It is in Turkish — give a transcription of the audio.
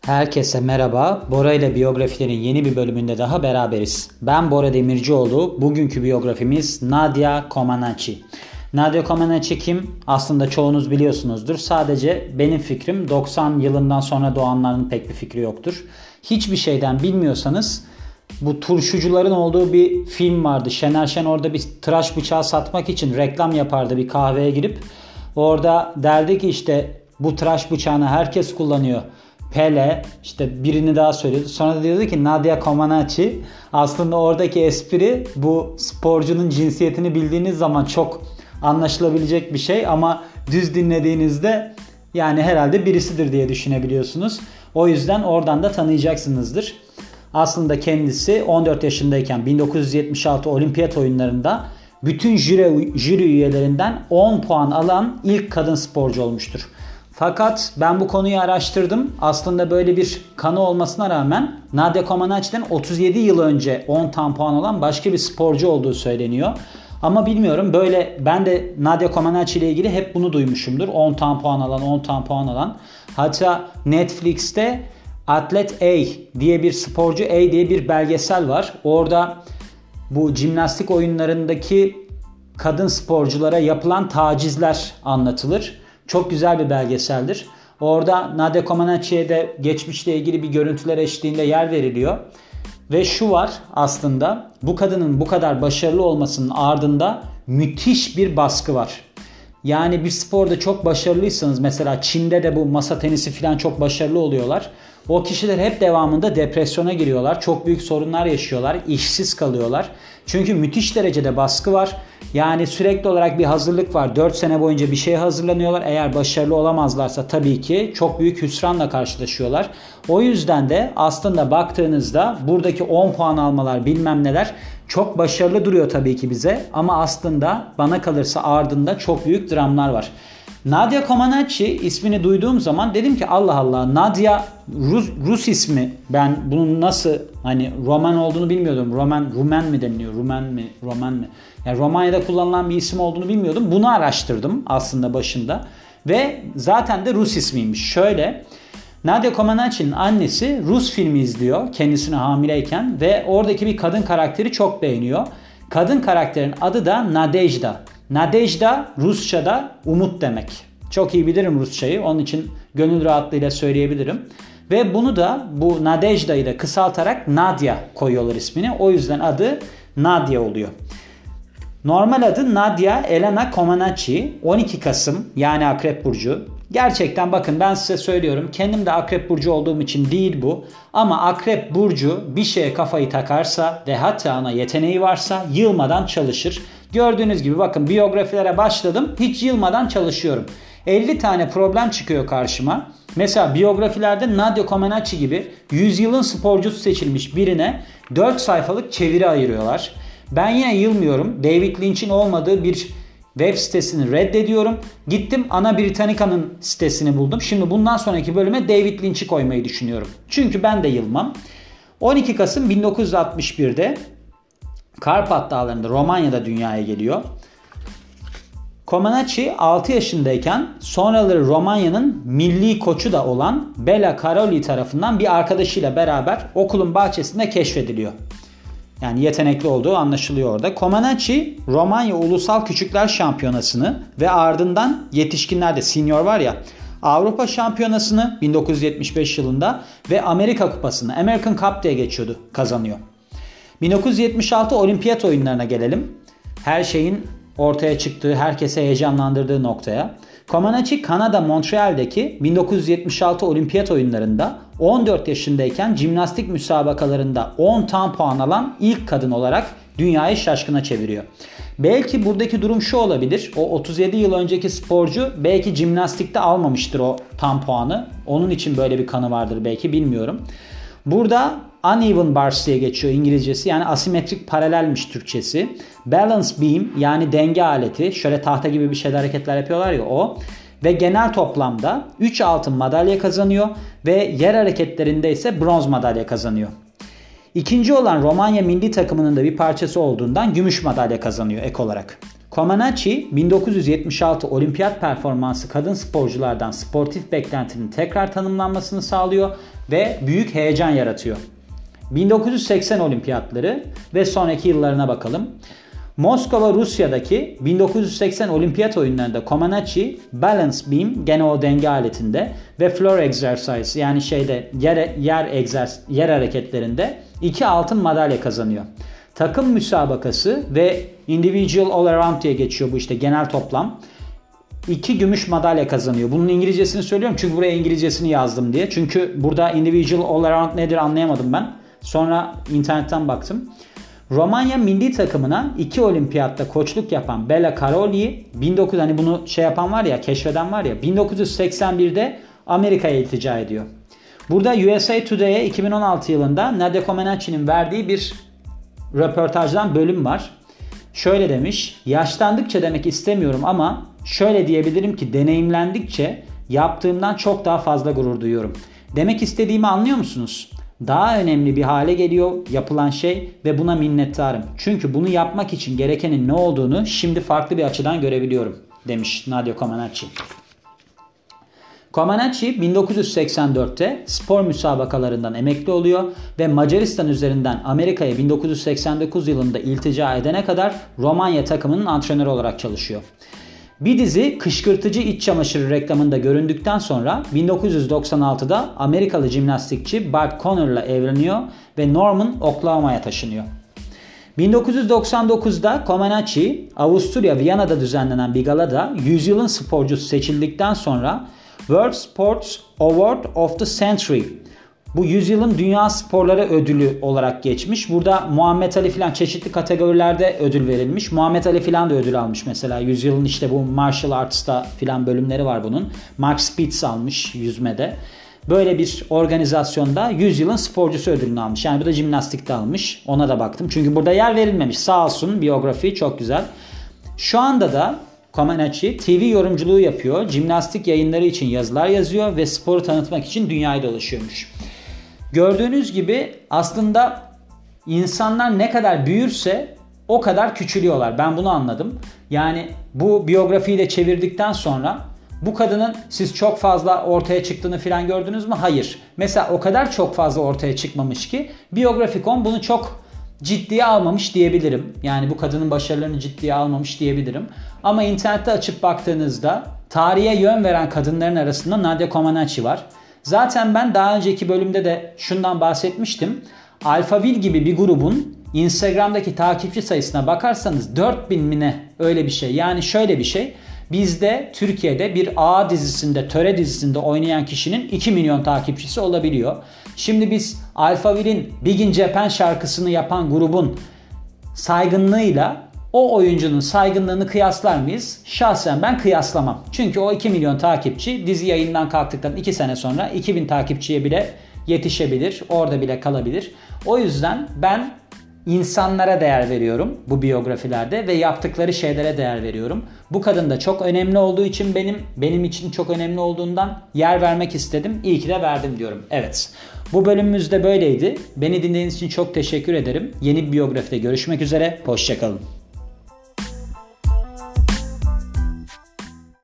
Herkese merhaba. Bora ile biyografilerin yeni bir bölümünde daha beraberiz. Ben Bora Demircioğlu. Bugünkü biyografimiz Nadia Comaneci. Nadia Comaneci kim? Aslında çoğunuz biliyorsunuzdur. Sadece benim fikrim 90 yılından sonra doğanların pek bir fikri yoktur. Hiçbir şeyden bilmiyorsanız bu turşucuların olduğu bir film vardı. Şener Şen orada bir tıraş bıçağı satmak için reklam yapardı bir kahveye girip. Orada derdi ki işte bu tıraş bıçağını herkes kullanıyor. Pele, işte birini daha söylüyordu. Sonra da diyordu ki Nadia Comaneci. Aslında oradaki espri bu sporcunun cinsiyetini bildiğiniz zaman çok anlaşılabilecek bir şey ama düz dinlediğinizde yani herhalde birisidir diye düşünebiliyorsunuz. O yüzden oradan da tanıyacaksınızdır. Aslında kendisi 14 yaşındayken 1976 Olimpiyat oyunlarında bütün jüri üyelerinden 10 puan alan ilk kadın sporcu olmuştur. Fakat ben bu konuyu araştırdım. Aslında böyle bir kanı olmasına rağmen Nadia Comaneci'den 37 yıl önce 10 tam puan olan başka bir sporcu olduğu söyleniyor. Ama bilmiyorum, böyle ben de Nadia Comaneci ile ilgili hep bunu duymuşumdur. 10 tam puan alan, 10 tam puan alan. Hatta Netflix'te Atlet A diye bir sporcu A diye bir belgesel var. Orada bu jimnastik oyunlarındaki kadın sporculara yapılan tacizler anlatılır. Çok güzel bir belgeseldir. Orada Nadia Comaneci'ye de geçmişle ilgili bir görüntüler eşliğinde yer veriliyor. Ve şu var, aslında bu kadının bu kadar başarılı olmasının ardında müthiş bir baskı var. Yani bir sporda çok başarılıysanız, mesela Çin'de de bu masa tenisi falan çok başarılı oluyorlar. O kişiler hep devamında depresyona giriyorlar. Çok büyük sorunlar yaşıyorlar. İşsiz kalıyorlar. Çünkü müthiş derecede baskı var. Yani sürekli olarak bir hazırlık var. 4 sene boyunca bir şeye hazırlanıyorlar. Eğer başarılı olamazlarsa tabii ki çok büyük hüsranla karşılaşıyorlar. O yüzden de aslında baktığınızda buradaki 10 puan almalar bilmem neler çok başarılı duruyor tabii ki bize. Ama aslında bana kalırsa ardında çok büyük dramlar var. Nadia Comaneci ismini duyduğum zaman dedim ki Allah Allah, Nadia Rus ismi. Ben bunun nasıl hani Roman olduğunu bilmiyordum. Rumen mi deniliyor? Roman mi? Yani Romanya'da kullanılan bir isim olduğunu bilmiyordum. Bunu araştırdım aslında başında. Ve zaten de Rus ismiymiş. Şöyle, Nadia Comaneci'nin annesi Rus filmi izliyor kendisine hamileyken ve oradaki bir kadın karakteri çok beğeniyor. Kadın karakterin adı da Nadejda. Nadejda Rusça'da umut demek. Çok iyi bilirim Rusçayı. Onun için gönül rahatlığıyla söyleyebilirim. Ve bunu da, bu Nadejda'yı da kısaltarak Nadia koyuyorlar ismini. O yüzden adı Nadia oluyor. Normal adı Nadia Elena Comaneci. 12 Kasım yani Akrep Burcu. Gerçekten bakın, ben size söylüyorum. Kendim de Akrep Burcu olduğum için değil bu. Ama Akrep Burcu bir şeye kafayı takarsa ve hatta ona yeteneği varsa yılmadan çalışır. Gördüğünüz gibi bakın, biyografilere başladım. Hiç yılmadan çalışıyorum. 50 tane problem çıkıyor karşıma. Mesela biyografilerde Nadia Comaneci gibi yüzyılın sporcusu seçilmiş birine 4 sayfalık çeviri ayırıyorlar. Ben yine yılmıyorum. David Lynch'in olmadığı bir web sitesini reddediyorum. Gittim Ana Britannica'nın sitesini buldum. Şimdi bundan sonraki bölüme David Lynch'i koymayı düşünüyorum. Çünkü ben de yılmam. 12 Kasım 1961'de Karpat Dağları'nda Romanya'da dünyaya geliyor. Comaneci 6 yaşındayken sonraları Romanya'nın milli koçu da olan Bela Karoli tarafından bir arkadaşıyla beraber okulun bahçesinde keşfediliyor. Yani yetenekli olduğu anlaşılıyor orada. Comaneci Romanya Ulusal Küçükler Şampiyonası'nı ve ardından yetişkinlerde senior var ya, Avrupa Şampiyonası'nı 1975 yılında ve Amerika Kupası'nı, American Cup diye geçiyordu, kazanıyor. 1976 Olimpiyat oyunlarına gelelim. Her şeyin ortaya çıktığı, herkese heyecanlandırdığı noktaya. Comaneci Kanada Montreal'deki 1976 Olimpiyat oyunlarında 14 yaşındayken jimnastik müsabakalarında 10 tam puan alan ilk kadın olarak dünyayı şaşkına çeviriyor. Belki buradaki durum şu olabilir. O 37 yıl önceki sporcu belki jimnastikte almamıştır o tam puanı. Onun için böyle bir kanı vardır belki, bilmiyorum. Burada uneven bars diye geçiyor İngilizcesi, yani asimetrik paralelmiş Türkçesi. Balance beam yani denge aleti, şöyle tahta gibi bir şeyler, hareketler yapıyorlar ya, o. Ve genel toplamda 3 altın madalya kazanıyor ve yer hareketlerinde ise bronz madalya kazanıyor. İkinci olan Romanya milli takımının da bir parçası olduğundan gümüş madalya kazanıyor ek olarak. Comaneci 1976 olimpiyat performansı kadın sporculardan sportif beklentinin tekrar tanımlanmasını sağlıyor ve büyük heyecan yaratıyor. 1980 olimpiyatları ve sonraki yıllarına bakalım. Moskova, Rusya'daki 1980 olimpiyat oyunlarında Comaneci balance beam, gene o denge aletinde ve floor exercise, yani yer hareketlerinde 2 altın madalya kazanıyor. Takım müsabakası ve individual all around diye geçiyor bu, işte genel toplam. 2 gümüş madalya kazanıyor. Bunun İngilizcesini söylüyorum çünkü buraya İngilizcesini yazdım diye. Çünkü burada individual all around nedir anlayamadım ben. Sonra internetten baktım. Romanya milli takımına 2 olimpiyatta koçluk yapan Bela Karolyi, hani bunu yapan var ya, keşfeden var ya, 1981'de Amerika'ya iltica ediyor. Burada USA Today'e 2016 yılında Nadia Comaneci'nin verdiği bir röportajdan bölüm var. Şöyle demiş: yaşlandıkça demek istemiyorum ama şöyle diyebilirim ki deneyimlendikçe yaptığımdan çok daha fazla gurur duyuyorum. Demek istediğimi anlıyor musunuz? Daha önemli bir hale geliyor yapılan şey ve buna minnettarım. Çünkü bunu yapmak için gerekenin ne olduğunu şimdi farklı bir açıdan görebiliyorum, demiş Nadia Comaneci. Comaneci 1984'te spor müsabakalarından emekli oluyor ve Macaristan üzerinden Amerika'ya 1989 yılında iltica edene kadar Romanya takımının antrenörü olarak çalışıyor. Bir dizi kışkırtıcı iç çamaşırı reklamında göründükten sonra 1996'da Amerikalı jimnastikçi Bart Connor'la evleniyor ve Norman, Oklahoma'ya taşınıyor. 1999'da Comaneci, Avusturya Viyana'da düzenlenen bir galada yüzyılın sporcusu seçildikten sonra World Sports Award of the Century, bu yüzyılın dünya sporları ödülü olarak geçmiş. Burada Muhammed Ali filan çeşitli kategorilerde ödül verilmiş. Muhammed Ali filan da ödül almış mesela. Yüzyılın işte bu martial arts'ta filan bölümleri var bunun. Mark Spitz almış yüzmede. Böyle bir organizasyonda yüzyılın sporcusu ödülünü almış. Yani bu da jimnastikte almış. Ona da baktım. Çünkü burada yer verilmemiş. Sağ olsun, biyografi çok güzel. Şu anda da Comaneci TV yorumculuğu yapıyor. Jimnastik yayınları için yazılar yazıyor ve sporu tanıtmak için dünyayı dolaşıyormuş. Gördüğünüz gibi aslında insanlar ne kadar büyürse o kadar küçülüyorlar. Ben bunu anladım. Yani bu biyografiyi de çevirdikten sonra bu kadının siz çok fazla ortaya çıktığını falan gördünüz mü? Hayır. Mesela o kadar çok fazla ortaya çıkmamış ki Biyografikon bunu çok ciddiye almamış diyebilirim. Yani bu kadının başarılarını ciddiye almamış diyebilirim. Ama internette açıp baktığınızda tarihe yön veren kadınların arasında Nadia Comaneci var. Zaten ben daha önceki bölümde de şundan bahsetmiştim. Alphaville gibi bir grubun Instagram'daki takipçi sayısına bakarsanız 4000 mi ne, öyle bir şey. Yani şöyle bir şey. Bizde Türkiye'de bir A dizisinde, Töre dizisinde oynayan kişinin 2 milyon takipçisi olabiliyor. Şimdi biz Alphaville'in Big in Japan şarkısını yapan grubun saygınlığıyla o oyuncunun saygınlığını kıyaslar mıyız? Şahsen ben kıyaslamam. Çünkü o 2 milyon takipçi dizi yayından kalktıktan 2 sene sonra 2000 takipçiye bile yetişebilir. Orada bile kalabilir. O yüzden ben insanlara değer veriyorum bu biyografilerde ve yaptıkları şeylere değer veriyorum. Bu kadın da çok önemli olduğu için benim için çok önemli olduğundan yer vermek istedim. İyi ki de verdim diyorum. Evet. Bu bölümümüz de böyleydi. Beni dinlediğiniz için çok teşekkür ederim. Yeni bir biyografide görüşmek üzere. Hoşça kalın.